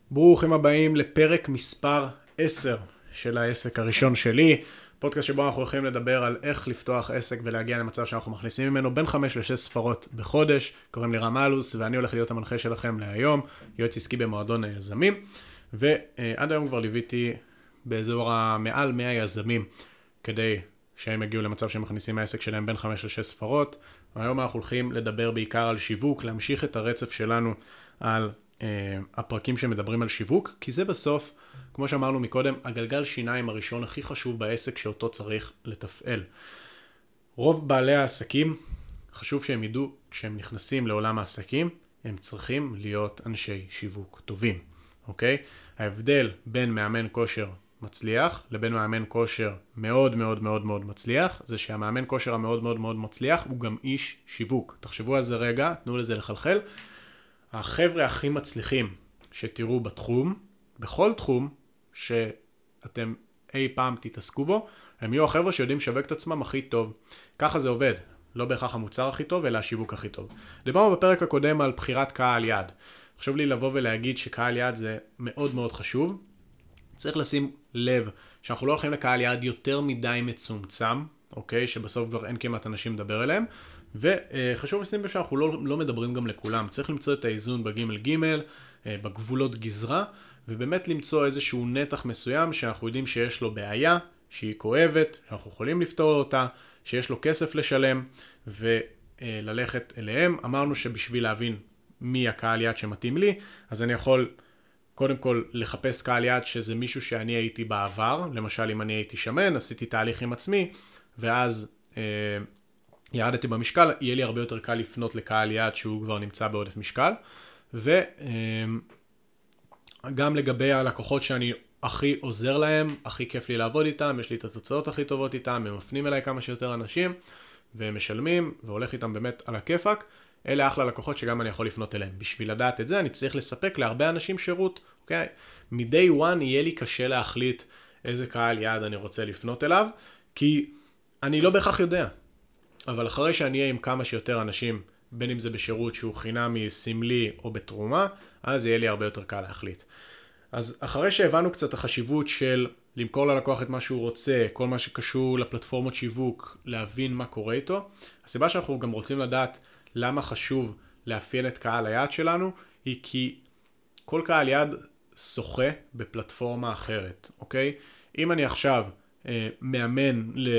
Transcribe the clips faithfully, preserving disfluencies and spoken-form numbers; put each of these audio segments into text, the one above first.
ברוכים הבאים לפרק מספר עשר של העסק הראשון שלי, פודקאסט שבו אנחנו הולכים לדבר על איך לפתוח עסק ולהגיע למצב שאנחנו מכניסים ממנו בין חמש לשש ספרות בחודש. קוראים לי רם אלוס ואני הולך להיות המנחה שלכם להיום, יועץ עסקי במועדון היזמים, ועד היום כבר ליוויתי באזור המעל מאה יזמים כדי שהם יגיעו למצב שהם מכניסים העסק שלהם בין חמש לשש ספרות. והיום אנחנו הולכים לדבר בעיקר על שיווק, להמשיך את הרצף שלנו על uh, הפרקים שמדברים על שיווק, כי זה בסוף, כמו שאמרנו מקודם, הגלגל שיניים הראשון הכי חשוב בעסק שאותו צריך לתפעל. רוב בעלי העסקים, חשוב שהם ידעו, כשהם נכנסים לעולם העסקים, הם צריכים להיות אנשי שיווק טובים, אוקיי? ההבדל בין מאמן כושר מצליח לבין מאמן כושר מאוד מאוד מאוד מאוד מצליח, זה שהמאמן כושר המאוד מאוד מאוד מצליח הוא גם איש שיווק. תחשבו על זה רגע, תנו לזה לחלחל. החבר'ה הכי מצליחים שתראו בתחום, בכל תחום שאתם אי פעם תתעסקו בו, הם יהיו החבר'ה שיודעים לשווק את עצמם הכי טוב. ככה זה עובד, לא בהכרח המוצר הכי טוב, אלא השיווק הכי טוב. דיברנו בפרק הקודם על בחירת קהל יעד. חשוב לי לבוא ולהגיד שקהל יעד זה מאוד מאוד חשוב. צריך לשים לב שאנחנו לא הולכים לקהל יעד יותר מדי מצומצם, אוקיי? שבסוף כבר אין כמעט אנשים לדבר אליהם, וחשוב לשים לב שאנחנו לא, לא מדברים גם לכולם. צריך למצוא את האיזון בגימל גימל, בגבולות גזרה, ובאמת למצוא איזשהו נתח מסוים שאנחנו יודעים שיש לו בעיה, שהיא כואבת, שאנחנו יכולים לפתור אותה, שיש לו כסף לשלם, וללכת אליהם. אמרנו שבשביל להבין מי הקהל יעד שמתאים לי, אז אני יכול קודם כל לחפש קהל יעד שזה מישהו שאני הייתי בעבר, למשל אם אני הייתי שמן, עשיתי תהליך עם עצמי, ואז אה, ירדתי במשקל, יהיה לי הרבה יותר קל לפנות לקהל יעד שהוא כבר נמצא בעודף משקל, וגם אה, לגבי הלקוחות שאני הכי עוזר להם, הכי כיף לי לעבוד איתם, יש לי את התוצאות הכי טובות איתם, הם מפנים אליי כמה שיותר אנשים, והם משלמים, והולך איתם באמת על הכיפק, אלה אחלה לקוחות שגם אני יכול לפנות אליהם. בשביל לדעת את זה, אני צריך לספק להרבה אנשים שירות, אוקיי? מ-day one יהיה לי קשה להחליט איזה קהל יעד אני רוצה לפנות אליו, כי אני לא בהכרח יודע. אבל אחרי שאני אהיה עם כמה שיותר אנשים, בין אם זה בשירות שהוא חינמי, סמלי או בתרומה, אז יהיה לי הרבה יותר קל להחליט. אז אחרי שהבנו קצת החשיבות של למכור ללקוח את מה שהוא רוצה, כל מה שקשור לפלטפורמות שיווק, להבין מה קורה איתו, הסיבה שאנחנו גם רוצים לדעת למה חשוב לאפיין את קהל היעד שלנו, היא כי כל קהל יעד שוחה בפלטפורמה אחרת, אוקיי? אם אני עכשיו אה, מאמן ל...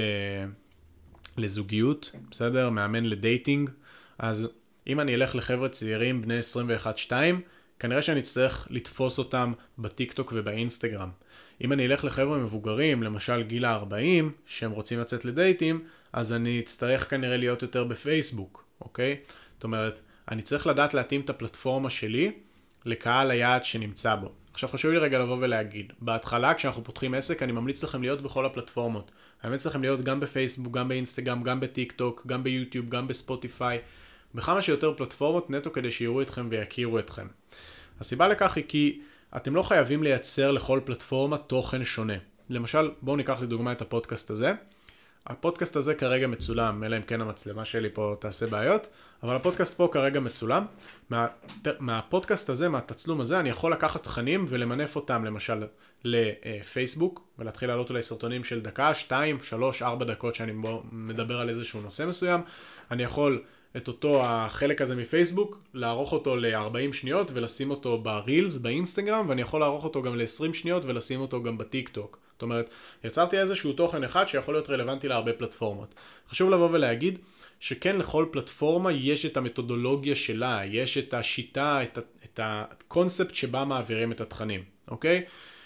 לזוגיות, בסדר? מאמן לדייטינג, אז אם אני אלך לחבר'ה צעירים בני עשרים ואחת שתיים, כנראה שאני צריך לתפוס אותם בטיקטוק ובאינסטגרם. אם אני אלך לחבר'ה מבוגרים, למשל גיל ה-ארבעים, שהם רוצים לצאת לדייטים, אז אני אצטרך כנראה להיות יותר בפייסבוק. אוקיי? זאת אומרת, אני צריך לדעת להתאים את הפלטפורמה שלי לקהל היעד שנמצא בו. עכשיו חשוב לי רגע לבוא ולהגיד, בהתחלה כשאנחנו פותחים עסק, אני ממליץ לכם להיות בכל הפלטפורמות. אני ממליץ לכם להיות גם בפייסבוק, גם באינסטגרם, גם בטיק טוק, גם ביוטיוב, גם בספוטיפיי, בכמה שיותר פלטפורמות נטו כדי שיראו אתכם ויכירו אתכם. הסיבה לכך היא כי אתם לא חייבים לייצר לכל פלטפורמה תוכן שונה. למשל, בואו ניקח לדוגמה את הפודקאסט הזה. הפודקאסט הזה כרגע מצולם, אלא אם כן המצלמה שלי פה תעשה בעיות, אבל הפודקאסט פה כרגע מצולם. מה, מהפודקאסט הזה, מהתצלום הזה, אני יכול לקחת תכנים ולמנף אותם למשל לפייסבוק, ולהתחיל לעלות אולי סרטונים של דקה, שתיים, שלוש, ארבע דקות שאני מדבר על איזשהו נושא מסוים. אני יכול את אותו החלק הזה מפייסבוק, לערוך אותו ל-ארבעים שניות ולשים אותו ברילס, באינסטגרם, ואני יכול לערוך אותו גם ל-עשרים שניות ולשים אותו גם בטיק טוק. זאת אומרת, יצרתי איזשהו תוכן אחד שיכול להיות רלוונטי להרבה פלטפורמות. חשוב לבוא ולהגיד שכן לכל פלטפורמה יש את המתודולוגיה שלה, יש את השיטה, את, את הקונספט שבה מעבירים את התכנים, אוקיי?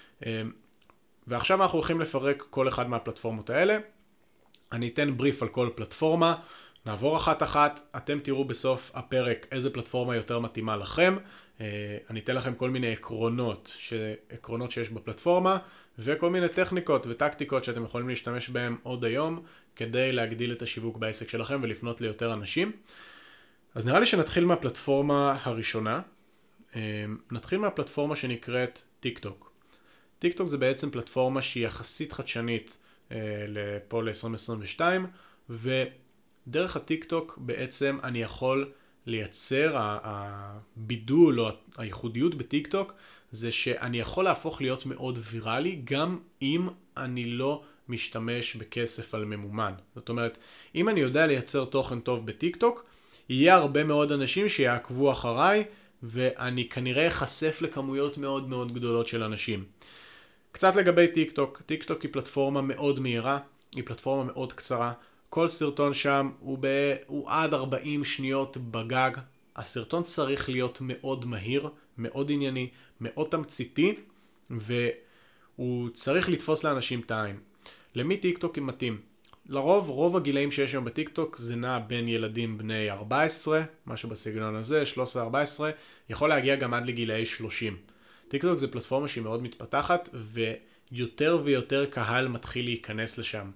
ועכשיו אנחנו הולכים לפרק כל אחד מהפלטפורמות האלה. אני אתן בריף על כל פלטפורמה, נעבור אחת אחת, אתם תראו בסוף הפרק איזה פלטפורמה יותר מתאימה לכם. אני אתן לכם כל מיני עקרונות, עקרונות שיש בפלטפורמה, וכל מיני טכניקות וטקטיקות שאתם יכולים להשתמש בהם עוד היום, כדי להגדיל את השיווק בעסק שלכם ולפנות ליותר אנשים. אז נראה לי שנתחיל מהפלטפורמה הראשונה. נתחיל מהפלטפורמה שנקראת טיק טוק. טיק טוק זה בעצם פלטפורמה שהיא יחסית חדשנית פה ל-עשרים עשרים ושתיים, ודרך הטיק טוק בעצם אני יכול לייצר, הבידול או הייחודיות בטיקטוק, זה שאני יכול להפוך להיות מאוד ויראלי, גם אם אני לא משתמש בכסף על ממומן. זאת אומרת, אם אני יודע לייצר תוכן טוב בטיקטוק, יהיה הרבה מאוד אנשים שיעקבו אחריי, ואני כנראה אחשף לכמויות מאוד מאוד גדולות של אנשים. קצת לגבי טיקטוק. טיקטוק היא פלטפורמה מאוד מהירה, היא פלטפורמה מאוד קצרה. כל סרטון שם הוא, ב... הוא עד ארבעים שניות בגג. הסרטון צריך להיות מאוד מהיר, מאוד ענייני, מאוד תמציתי, והוא צריך לתפוס לאנשים את העין. למי טיקטוק מתאים? לרוב, רוב הגילאים שיש היום בטיקטוק זה נע בין ילדים בני ארבע עשרה, משהו בסגנון הזה, שלוש עשרה ארבע עשרה, יכול להגיע גם עד לגילאי שלושים. טיקטוק זה פלטפורמה שהיא מאוד מתפתחת, ויותר ויותר קהל מתחיל להיכנס לשם.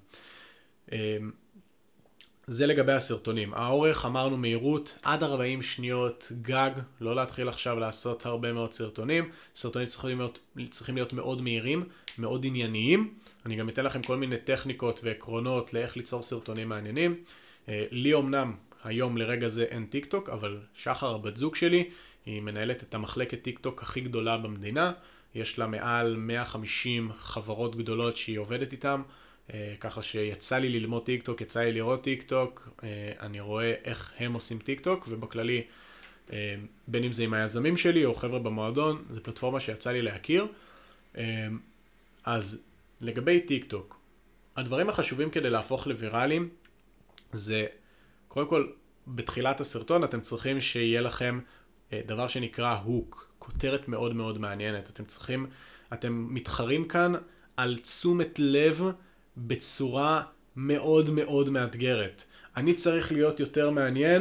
זה לגבי הסרטונים. האורך, אמרנו מהירות, עד ארבעים שניות גג, לא להתחיל עכשיו לעשות הרבה מאוד סרטונים. סרטונים צריכים להיות, צריכים להיות מאוד מהירים, מאוד ענייניים. אני גם אתן לכם כל מיני טכניקות ועקרונות לאיך ליצור סרטונים מעניינים. לי אומנם היום לרגע זה אין טיקטוק, אבל שחר, הבת זוג שלי, היא מנהלת את המחלקת טיקטוק הכי גדולה במדינה. יש לה מעל מאה וחמישים חברות גדולות שהיא עובדת איתן. ככה שיצא לי ללמוד טיקטוק, יצא לי לראות טיקטוק, אני רואה איך הם עושים טיקטוק, ובכללי, בין אם זה עם היזמים שלי או חבר'ה במועדון, זו פלטפורמה שיצא לי להכיר. אז לגבי טיקטוק, הדברים החשובים כדי להפוך לוויראליים, זה קודם כל, בתחילת הסרטון אתם צריכים שיהיה לכם דבר שנקרא הוק, כותרת מאוד מאוד מעניינת. אתם צריכים, אתם מתחרים כאן על תשומת לב, בצורה מאוד מאוד מאתגרת. אני צריך להיות יותר מעניין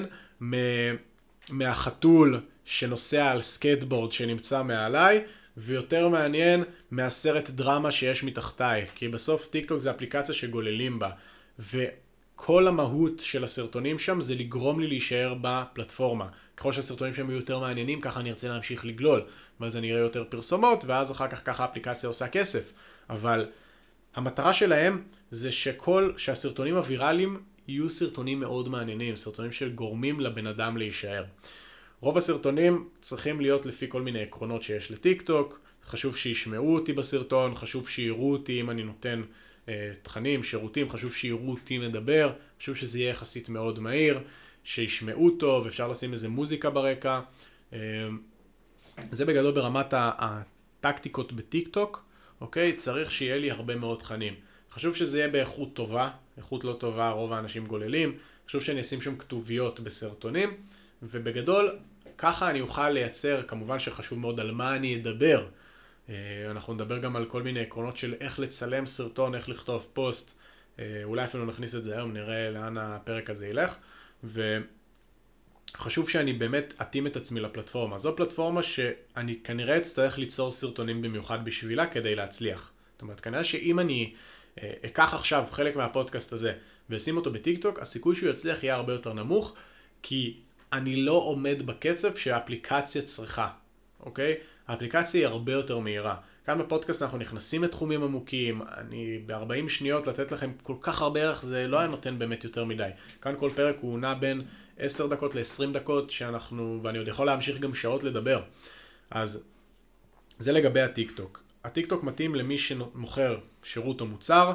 מהחתול שנוסע על סקייטבורד שנמצא מעליי, ויותר מעניין מהסרט דרמה שיש מתחתיי. כי בסוף טיקטוק זה אפליקציה שגוללים בה. וכל המהות של הסרטונים שם זה לגרום לי להישאר בפלטפורמה. ככל שהסרטונים שם יהיו יותר מעניינים, ככה אני ארצה להמשיך לגלול. ואז אני אראה יותר פרסומות, ואז אחר כך ככה האפליקציה עושה כסף. אבל המטרה שלהם זה שכל, שהסרטונים הוויראליים יהיו סרטונים מאוד מעניינים, סרטונים שגורמים לבן אדם להישאר. רוב הסרטונים צריכים להיות לפי כל מיני עקרונות שיש לטיקטוק, חשוב שישמעו אותי בסרטון, חשוב שיראו אותי אם אני נותן אה, תכנים, שירותים, חשוב שיראו אותי מדבר, חשוב שזה יהיה יחסית מאוד מהיר, שישמעו טוב, אפשר לשים איזה מוזיקה ברקע. אה, זה בגדול ברמת הטקטיקות בטיקטוק. אוקיי? צריך שיהיה לי הרבה מאוד תכנים. חשוב שזה יהיה באיכות טובה, איכות לא טובה, רוב האנשים גוללים. חשוב שאני אשים שם כתוביות בסרטונים, ובגדול, ככה אני אוכל לייצר, כמובן שחשוב מאוד על מה אני אדבר. אנחנו נדבר גם על כל מיני עקרונות של איך לצלם סרטון, איך לכתוב פוסט. אולי אפילו נכניס את זה היום, נראה לאן הפרק הזה ילך. ו... חשוב שאני באמת אתאים את עצמי לפלטפורמה. זו פלטפורמה שאני כנראה אצטרך ליצור סרטונים במיוחד בשבילה כדי להצליח. זאת אומרת, כנראה שאם אני אה, אקח עכשיו חלק מהפודקאסט הזה ואשים אותו בטיקטוק, הסיכוי שהוא יצליח יהיה הרבה יותר נמוך, כי אני לא עומד בקצב שהאפליקציה צריכה. אוקיי? האפליקציה היא הרבה יותר מהירה. כאן בפודקאסט אנחנו נכנסים לתחומים עמוקים, אני ב-ארבעים שניות לתת לכם כל כך הרבה ערך, זה לא היה נותן באמת יותר מדי. כאן כל פרק הוא נע בין עשר דקות ל-עשרים דקות, שאנחנו, ואני עוד יכול להמשיך גם שעות לדבר. אז זה לגבי הטיקטוק. הטיקטוק מתאים למי שמוכר שירות או מוצר,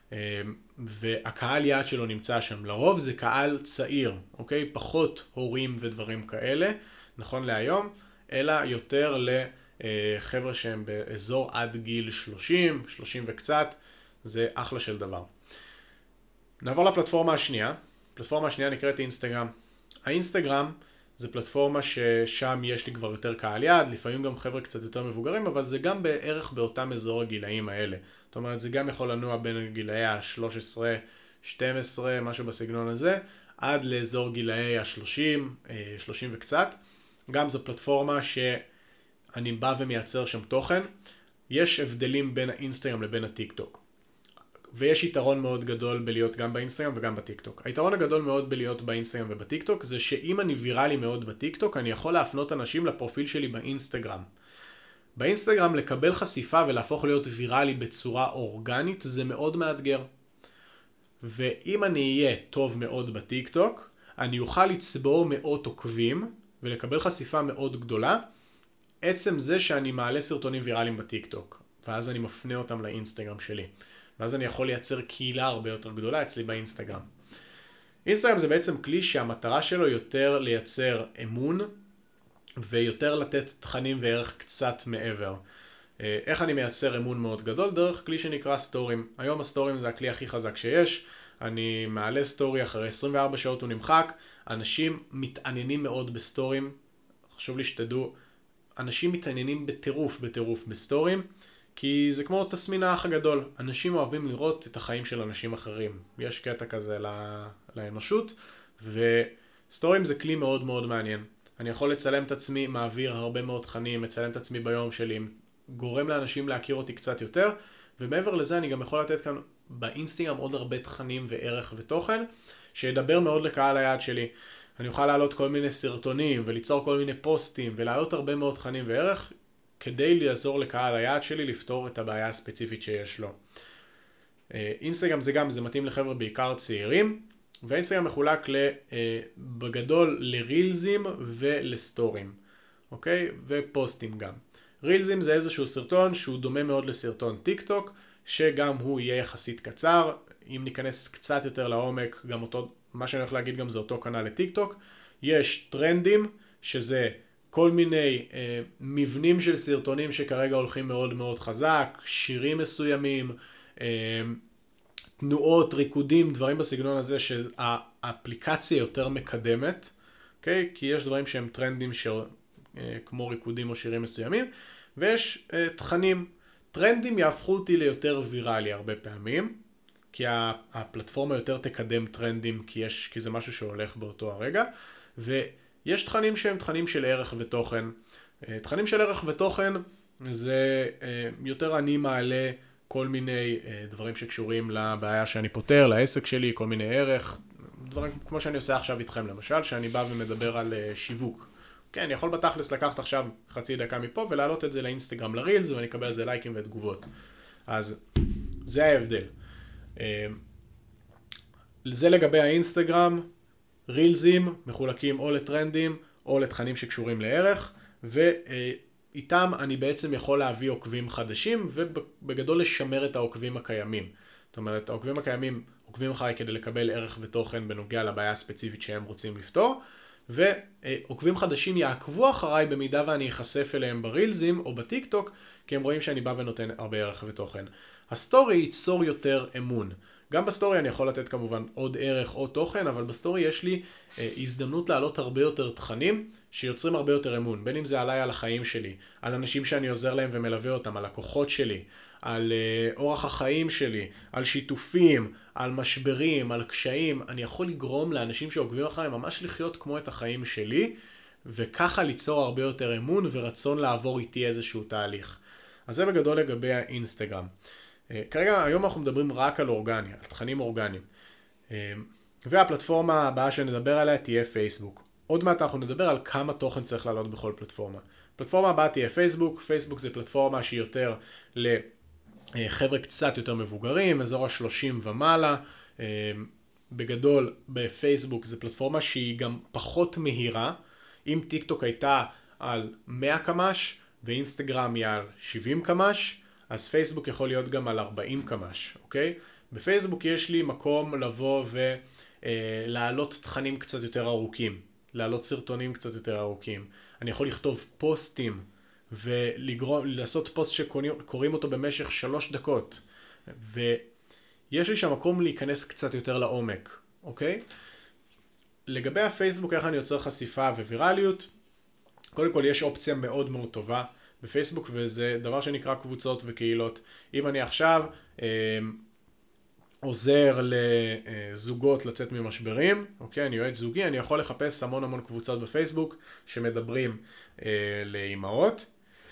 והקהל יעד שלו נמצא שם. לרוב זה קהל צעיר, אוקיי? פחות הורים ודברים כאלה, נכון להיום, אלא יותר לחבר'ה שהם באזור עד גיל שלושים, שלושים וקצת, זה אחלה של דבר. נעבור לפלטפורמה השנייה. הפלטפורמה השנייה נקראת אינסטגרם. האינסטגרם זה פלטפורמה ששם יש לי כבר יותר קהל יעד, לפעמים גם חבר'ה קצת יותר מבוגרים, אבל זה גם בערך באותם אזור הגילאים האלה. זאת אומרת, זה גם יכול לנוע בין גילאי ה-שלוש עשרה, שתים עשרה, משהו בסגנון הזה, עד לאזור גילאי ה-שלושים, שלושים וקצת. גם זו פלטפורמה שאני בא ומייצר שם תוכן. יש הבדלים בין האינסטגרם לבין הטיקטוק. ויש יתרון מאוד גדול בלהיות גם באינסטגרם וגם בטיקטוק. היתרון הגדול מאוד בלהיות באינסטגרם ובטיקטוק זה שאם אני ויראלי מאוד בטיקטוק, אני יכול להפנות אנשים לפרופיל שלי באינסטגרם. באינסטגרם לקבל חשיפה ולהפוך להיות ויראלי בצורה אורגנית זה מאוד מאתגר. ואם אני אהיה טוב מאוד בטיקטוק, אני אוכל לצבור מאות עוקבים ולקבל חשיפה מאוד גדולה, עצם זה שאני מעלה סרטונים ויראליים בטיק-טוק, ואז אני מפנה אותם לאינסטגרם שלי. ואז אני יכול לייצר קהילה הרבה יותר גדולה אצלי באינסטגרם. אינסטגרם זה בעצם כלי שהמטרה שלו יותר לייצר אמון, ויותר לתת תכנים וערך קצת מעבר. איך אני מייצר אמון מאוד גדול? דרך כלי שנקרא סטורים. היום הסטורים זה הכלי הכי חזק שיש. אני מעלה סטורי, אחרי עשרים וארבע שעות הוא נמחק. אנשים מתעניינים מאוד בסטורים. חשוב לי שתדעו, אנשים מתעניינים בטירוף, בטירוף בסטורים, כי זה כמו תסמין האח הגדול. אנשים אוהבים לראות את החיים של אנשים אחרים. יש קטע כזה לאנושות, וסטורים זה כלי מאוד מאוד מעניין. אני יכול לצלם את עצמי, מעביר הרבה מאוד תכנים, מצלם את עצמי ביום שלי, גורם לאנשים להכיר אותי קצת יותר, ומעבר לזה אני גם יכול לתת כאן באינסטגרם עוד הרבה תכנים וערך ותוכן, שידבר מאוד לקהל היעד שלי. אני אוכל להעלות כל מיני סרטונים וליצור כל מיני פוסטים, ולהעלות הרבה מאוד תכנים וערך, כדי לעזור לקהל היעד שלי לפתור את הבעיה הספציפית שיש לו. אינסטגרם זה גם, זה מתאים לחבר'ה בעיקר צעירים, והאינסטגרם מחולק בגדול לרילזים ולסטורים, אוקיי? ופוסטים גם. רילזים זה איזשהו סרטון שהוא דומה מאוד לסרטון טיק טוק, שגם הוא יהיה יחסית קצר. אם ניכנס קצת יותר לעומק, גם אותו, מה שאני הולך להגיד גם זה אותו כנ"ל לטיק טוק. יש טרנדים, שזה כל מיני אה, מבנים של סרטונים שכרגע הולכים מאוד מאוד חזק, שירים מסוימים, אה, תנועות, ריקודים, דברים בסגנון הזה שהאפליקציה יותר מקדמת, אוקיי? כי יש דברים שהם טרנדים ש... כמו ריקודים או שירים מסוימים, ויש uh, תכנים. טרנדים יהפכו אותי ליותר ויראלי הרבה פעמים, כי הפלטפורמה יותר תקדם טרנדים, כי, יש, כי זה משהו שהולך באותו הרגע, ויש תכנים שהם תכנים של ערך ותוכן. Uh, תכנים של ערך ותוכן זה uh, יותר אני מעלה כל מיני uh, דברים שקשורים לבעיה שאני פותר, לעסק שלי, כל מיני ערך, דברים כמו שאני עושה עכשיו איתכם למשל, שאני בא ומדבר על uh, שיווק. כן, אני יכול בתכלס לקחת עכשיו חצי דקה מפה ולהעלות את זה לאינסטגרם לרילס, ואני אקבל על זה לייקים ותגובות. אז זה ההבדל. זה לגבי האינסטגרם, רילסים מחולקים או לטרנדים או לתכנים שקשורים לערך, ואיתם אני בעצם יכול להביא עוקבים חדשים, ובגדול לשמר את העוקבים הקיימים. זאת אומרת, העוקבים הקיימים עוקבים אחרי כדי לקבל ערך ותוכן בנוגע לבעיה הספציפית שהם רוצים לפתור, ועוקבים חדשים יעקבו אחריי במידה ואני אחשף אליהם ברילזים או בטיק טוק, כי הם רואים שאני בא ונותן הרבה ערך ותוכן. הסטורי ייצור יותר אמון. גם בסטורי אני יכול לתת כמובן עוד ערך או תוכן, אבל בסטורי יש לי אה, הזדמנות להעלות הרבה יותר תכנים שיוצרים הרבה יותר אמון. בין אם זה עליי, על החיים שלי, על אנשים שאני עוזר להם ומלווה אותם, על לקוחות שלי, על אה, אורח החיים שלי, על שיתופים, על משברים, על קשיים. אני יכול לגרום לאנשים שעוקבים אחריי ממש לחיות כמו את החיים שלי, וככה ליצור הרבה יותר אמון ורצון לעבור איתי איזשהו תהליך. אז זה בגדול לגבי האינסטגרם. כרגע, היום אנחנו מדברים רק על אורגני, על תכנים אורגניים. והפלטפורמה הבאה שנדבר עליה תהיה פייסבוק. עוד מעט אנחנו נדבר על כמה תוכן צריך לעלות בכל פלטפורמה. פלטפורמה הבאה תהיה פייסבוק. פייסבוק זה פלטפורמה שהיא יותר לחבר'ה קצת יותר מבוגרים, אזור ה-שלושים ומעלה. בגדול, בפייסבוק זה פלטפורמה שהיא גם פחות מהירה. אם טיק טוק הייתה על מאה קמ"ש ואינסטגרם היא על שבעים קמ"ש, אז פייסבוק יכול להיות גם על ארבעים קמ"ש, אוקיי? בפייסבוק יש לי מקום לבוא ולהעלות תכנים קצת יותר ארוכים, להעלות סרטונים קצת יותר ארוכים. אני יכול לכתוב פוסטים ולעשות פוסט שקוראים אותו במשך שלוש דקות, ויש לי שם מקום להיכנס קצת יותר לעומק, אוקיי? לגבי הפייסבוק, איך אני יוצר חשיפה ווירליות? קודם כל יש אופציה מאוד מאוד טובה בפייסבוק, וזה דבר שנקרא קבוצות וקהילות. אם אני עכשיו אה, עוזר לזוגות לצאת ממשברים, אוקיי, אני יועץ זוגי, אני יכול לחפש המון המון קבוצות בפייסבוק שמדברים אה, לאימהות.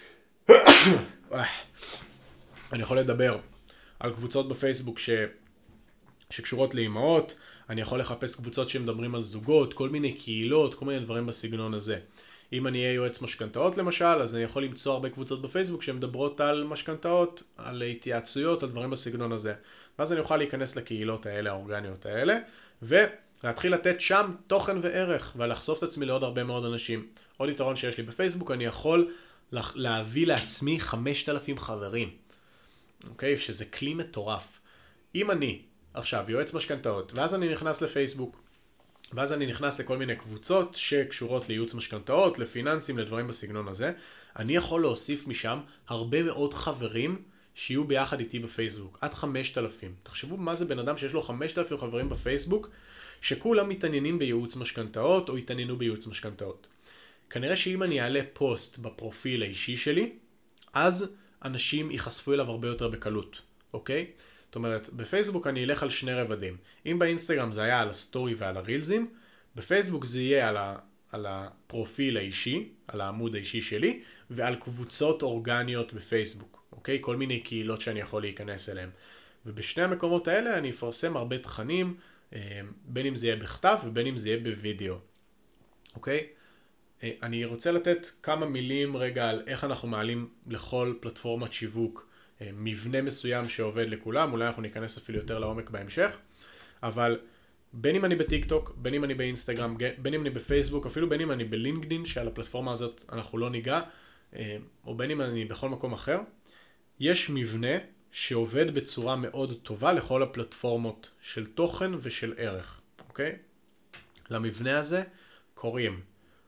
אני יכול לדבר על קבוצות בפייסבוק ש... שקשורות לאימהות, אני יכול לחפש קבוצות שמדברים על זוגות, כל מיני קהילות, כל מיני דברים בסגנון הזה. אם אני אהיה יועץ משכנתאות למשל, אז אני יכול למצוא הרבה קבוצות בפייסבוק שמדברות על משכנתאות, על התייעצויות, על דברים בסגנון הזה. ואז אני אוכל להיכנס לקהילות האלה, האורגניות האלה, להתחיל לתת שם תוכן וערך, ולחשוף את עצמי לעוד הרבה מאוד אנשים. עוד יתרון שיש לי בפייסבוק, אני יכול להביא לעצמי חמשת אלפים חברים. אוקיי? שזה כלי מטורף. אם אני עכשיו יועץ משכנתאות, ואז אני נכנס לפייסבוק, ואז אני נכנס לכל מיני קבוצות שקשורות לייעוץ משכנתאות, לפיננסים, לדברים בסגנון הזה, אני יכול להוסיף משם הרבה מאוד חברים שיהיו ביחד איתי בפייסבוק, עד חמשת אלפים. תחשבו מה זה בן אדם שיש לו חמשת אלפים חברים בפייסבוק, שכולם מתעניינים בייעוץ משכנתאות או יתעניינו בייעוץ משכנתאות. כנראה שאם אני אעלה פוסט בפרופיל האישי שלי, אז אנשים ייחשפו אליו הרבה יותר בקלות, אוקיי? זאת אומרת, בפייסבוק אני אלך על שני רבדים. אם באינסטגרם זה היה על הסטורי ועל הרילזים, בפייסבוק זה יהיה על, ה, על הפרופיל האישי, על העמוד האישי שלי, ועל קבוצות אורגניות בפייסבוק, אוקיי? כל מיני קהילות שאני יכול להיכנס אליהן. ובשני המקומות האלה אני אפרסם הרבה תכנים, בין אם זה יהיה בכתב ובין אם זה יהיה בווידאו, אוקיי? אני רוצה לתת כמה מילים רגע על איך אנחנו מעלים לכל פלטפורמת שיווק מבנה מסוים שעובד לכולם, אולי אנחנו ניכנס אפילו יותר לעומק בהמשך, אבל בין אם אני בטיקטוק, בין אם אני באינסטגרם, בין אם אני בפייסבוק, אפילו בין אם אני בלינקדין, שעל הפלטפורמה הזאת אנחנו לא ניגע, או בין אם אני בכל מקום אחר, יש מבנה שעובד בצורה מאוד טובה לכל הפלטפורמות של תוכן ושל ערך, אוקיי? למבנה הזה קוראים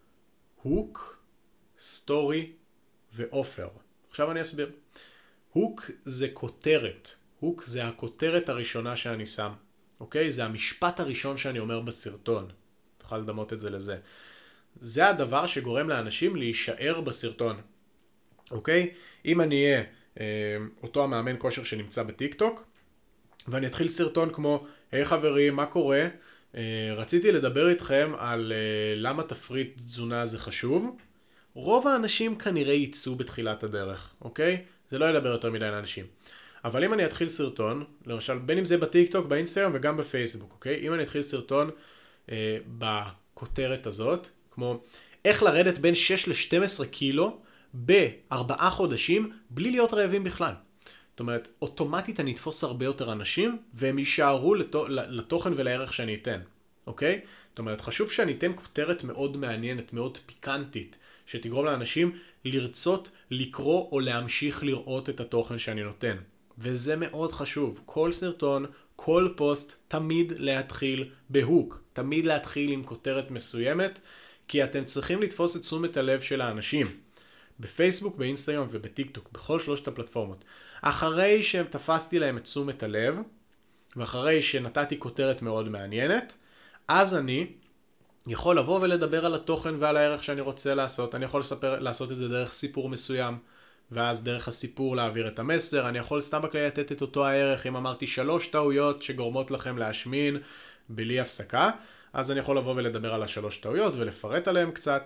הוק, סטורי ואופר. עכשיו אני אסביר. הוק זה כותרת. הוק זה הכותרת הראשונה שאני שם. אוקיי? זה המשפט הראשון שאני אומר בסרטון. תוכל לדמות את זה לזה. זה הדבר שגורם לאנשים להישאר בסרטון. אוקיי? אם אני אהיה אה, אותו המאמן כושר שנמצא בטיקטוק, ואני אתחיל סרטון כמו, היי חברים, מה קורה? אה, רציתי לדבר איתכם על אה, למה תפריט תזונה זה חשוב. רוב האנשים כנראה ייצאו בתחילת הדרך, אוקיי? זה לא ידבר יותר מדי לאנשים. אבל אם אני אתחיל סרטון, למשל, בין אם זה בטיקטוק, באינסטגרם וגם בפייסבוק, אוקיי? אם אני אתחיל סרטון אה, בכותרת הזאת, כמו איך לרדת בין שש ל-שתים עשרה קילו בארבעה חודשים בלי להיות רעבים בכלל. זאת אומרת, אוטומטית אני אתפוס הרבה יותר אנשים, והם יישארו לתו, לתוכן ולערך שאני אתן, אוקיי? זאת אומרת, חשוב שאני אתן כותרת מאוד מעניינת, מאוד פיקנטית, שתגרום לאנשים לרצות לקרוא או להמשיך לראות את התוכן שאני נותן. וזה מאוד חשוב. כל סרטון, כל פוסט, תמיד להתחיל בהוק. תמיד להתחיל עם כותרת מסוימת, כי אתם צריכים לתפוס את תשומת הלב של האנשים. בפייסבוק, באינסטגרם ובטיקטוק, בכל שלושת הפלטפורמות. אחרי שתפסתי להם את תשומת הלב, ואחרי שנתתי כותרת מאוד מעניינת, אז אני יכול לבוא ולדבר על התוכן ועל הערך שאני רוצה לעשות. אני יכול לספר, לעשות את זה דרך סיפור מסוים, ואז דרך הסיפור להעביר את המסר. אני יכול סתם בכלל לתת את אותו הערך. אם אמרתי שלוש טעויות שגורמות לכם להשמין בלי הפסקה, אז אני יכול לבוא ולדבר על השלוש טעויות ולפרט עליהם קצת,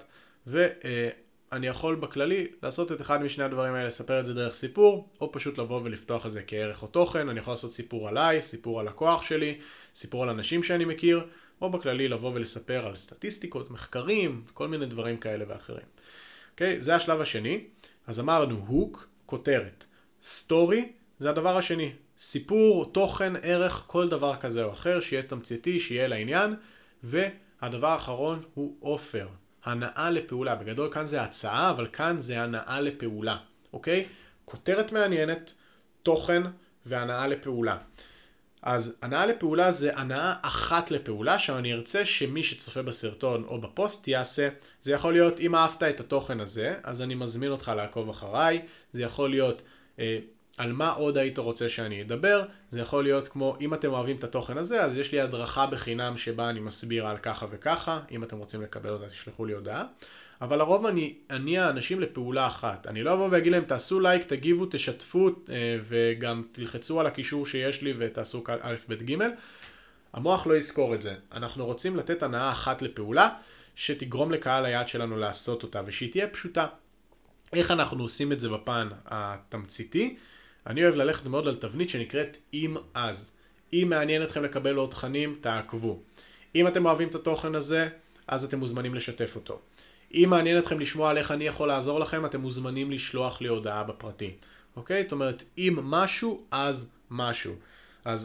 ואני יכול בכללי לעשות את אחד משני הדברים האלה, לספר את זה דרך סיפור, או פשוט לבוא ולפתוח את זה כערך או תוכן. אני יכול לעשות סיפור עליי, סיפור על הכוח שלי, סיפור על אנשים שאני מכיר, או בכללי לבוא ולספר על סטטיסטיקות, מחקרים, כל מיני דברים כאלה ואחרים. אוקיי? זה השלב השני. אז אמרנו הוק, כותרת. סטורי, זה הדבר השני. סיפור, תוכן, ערך, כל דבר כזה או אחר, שיהיה תמציתי, שיהיה לעניין. והדבר האחרון הוא אופר. הנאה לפעולה. בגדול כאן זה הצעה, אבל כאן זה הנאה לפעולה. אוקיי? כותרת מעניינת, תוכן והנאה לפעולה. אז הנאה לפעולה זה הנאה אחת לפעולה, שאני ארצה שמי שצופה בסרטון או בפוסט יעשה. זה יכול להיות, אם אהבת את התוכן הזה, אז אני מזמין אותך לעקוב אחריי. זה יכול להיות אה, על מה עוד היית רוצה שאני אדבר. זה יכול להיות כמו, אם אתם אוהבים את התוכן הזה, אז יש לי הדרכה בחינם שבה אני מסביר על ככה וככה. אם אתם רוצים לקבל אותה, תשלחו לי הודעה. אבל לרוב אני אניע האנשים לפעולה אחת. אני לא אבוא ואגיד להם, תעשו לייק, תגיבו, תשתפו, וגם תלחצו על הקישור שיש לי ותעשו א' ב' ג'. המוח לא יזכור את זה. אנחנו רוצים לתת הנאה אחת לפעולה, שתגרום לקהל היעד שלנו לעשות אותה, ושהיא תהיה פשוטה. איך אנחנו עושים את זה בפן התמציתי? אני אוהב ללכת מאוד על תבנית שנקראת אם אז. אם מעניין אתכם לקבל עוד תכנים, תעקבו. אם אתם אוהבים את התוכן הזה, אז אתם מוזמנים לשתף אותו. אם מעניין אתכם לשמוע על איך אני יכול לעזור לכם, אתם מוזמנים לשלוח לי הודעה בפרטי. אוקיי? זאת אומרת, אם משהו, אז משהו. אז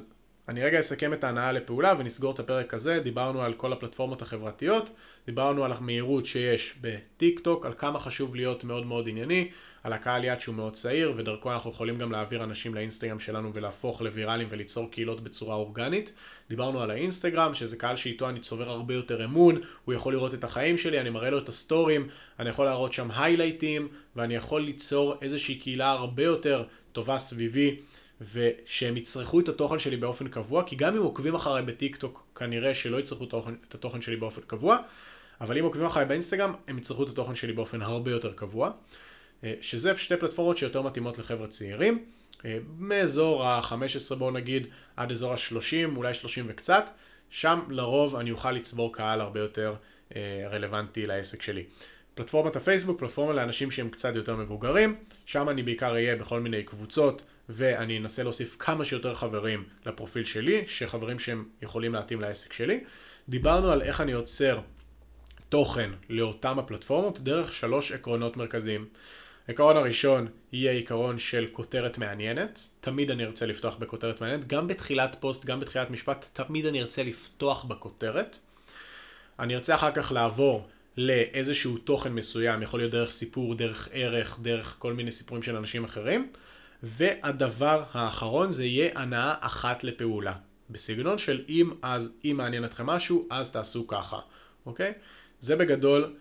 אני רגע אסכם את ההנאה לפעולה ונסגור את הפרק הזה. דיברנו על כל הפלטפורמות החברתיות, דיברנו על המהירות שיש בטיק טוק, על כמה חשוב להיות מאוד מאוד ענייני, על הקהל יעד שהוא מאוד צעיר, ודרכו אנחנו יכולים גם להעביר אנשים לאינסטגרם שלנו ולהפוך לוויראליים וליצור קהילות בצורה אורגנית. דיברנו על האינסטגרם, שזה קהל שאיתו אני צובר הרבה יותר אמון, הוא יכול לראות את החיים שלי, אני מראה לו את הסטורים, אני יכול להראות שם היילייטים, ואני יכול ליצור איזושהי קהילה הרבה יותר טובה סביבי, ושהם יצרכו את התוכן שלי באופן קבוע, כי גם אם עוקבים אחריי בטיק טוק, כנראה שלא יצרכו את התוכן שלי באופן קבוע, אבל אם עוקבים אחריי באינסטגרם, הם יצרכו את התוכן שלי באופן הרבה יותר קבוע, שזה שתי פלטפורמות שיותר מתאימות לחבר'ה צעירים, מאזור ה-חמש עשרה בואו נגיד, עד אזור ה-שלושים, אולי שלושים וקצת, שם לרוב אני אוכל לצבור קהל הרבה יותר רלוונטי לעסק שלי. פלטפורמת הפייסבוק, פלטפורמה לאנשים שהם קצת יותר מבוגרים, שם אני בעיקר אהיה בכל מיני קבוצות, ואני אנסה להוסיף כמה שיותר חברים לפרופיל שלי, שחברים שהם יכולים להתאים לעסק שלי. דיברנו על איך אני יוצר תוכן לאותם הפלטפורמות, דרך שלוש עקרונות מרכזיים. העיקרון הראשון יהיה עיקרון של כותרת מעניינת, תמיד אני ארצה לפתוח בכותרת מעניינת, גם בתחילת פוסט, גם בתחילת משפט, תמיד אני ארצה לפתוח בכותרת. אני ארצה אחר כך לעבור לאיזשהו תוכן מסוים, יכול להיות דרך סיפור, דרך ערך, דרך כל מיני סיפורים של אנשים אחרים, והדבר האחרון זה יהיה הנאה אחת לפעולה, בסגנון של אם אז, אם מעניין אתכם משהו, אז תעשו ככה, אוקיי? זה בגדול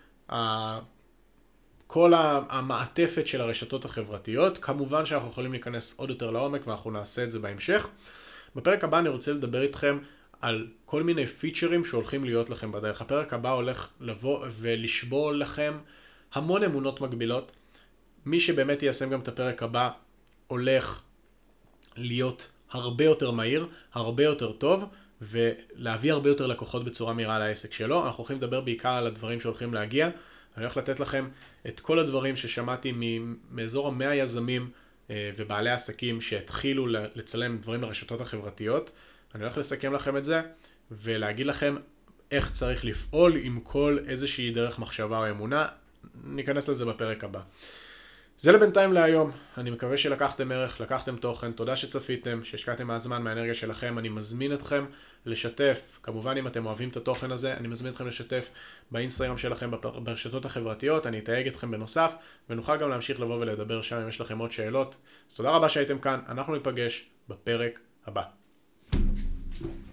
כל המעטפת של הרשתות החברתיות. כמובן שאנחנו יכולים להיכנס עוד יותר לעומק, ואנחנו נעשה את זה בהמשך. בפרק הבא אני רוצה לדבר איתכם על כל מיני פיצ'רים שהולכים להיות לכם בדרך. הפרק הבא הולך לבוא ולשבור לכם המון אמונות מגבילות. מי שבאמת יישם גם את הפרק הבא הולך להיות הרבה יותר מהיר, הרבה יותר טוב, ולהביא הרבה יותר לקוחות בצורה מהירה לעסק שלו. אנחנו הולכים לדבר בעיקר על הדברים שהולכים להגיע. אני הולך לתת לכם את כל הדברים ששמעתי מאזור המאה יזמים ובעלי עסקים שהתחילו לצלם דברים לרשתות החברתיות. אני הולך לסכם לכם את זה ולהגיד לכם איך צריך לפעול עם כל איזושהי דרך מחשבה או אמונה. ניכנס לזה בפרק הבא. זה לבינתיים להיום. אני מקווה שלקחתם ערך, לקחתם תוכן. תודה שצפיתם, שהשקעתם מהזמן, מהאנרגיה שלכם. אני מזמין אתכם לשתף. כמובן אם אתם אוהבים את התוכן הזה, אני מזמין אתכם לשתף באינסטגרם שלכם, ברשתות החברתיות. אני אתייג אתכם בנוסף, ונוכל גם להמשיך לבוא ולדבר שם אם יש לכם עוד שאלות. אז תודה רבה שהייתם כאן. אנחנו ניפגש בפרק הבא.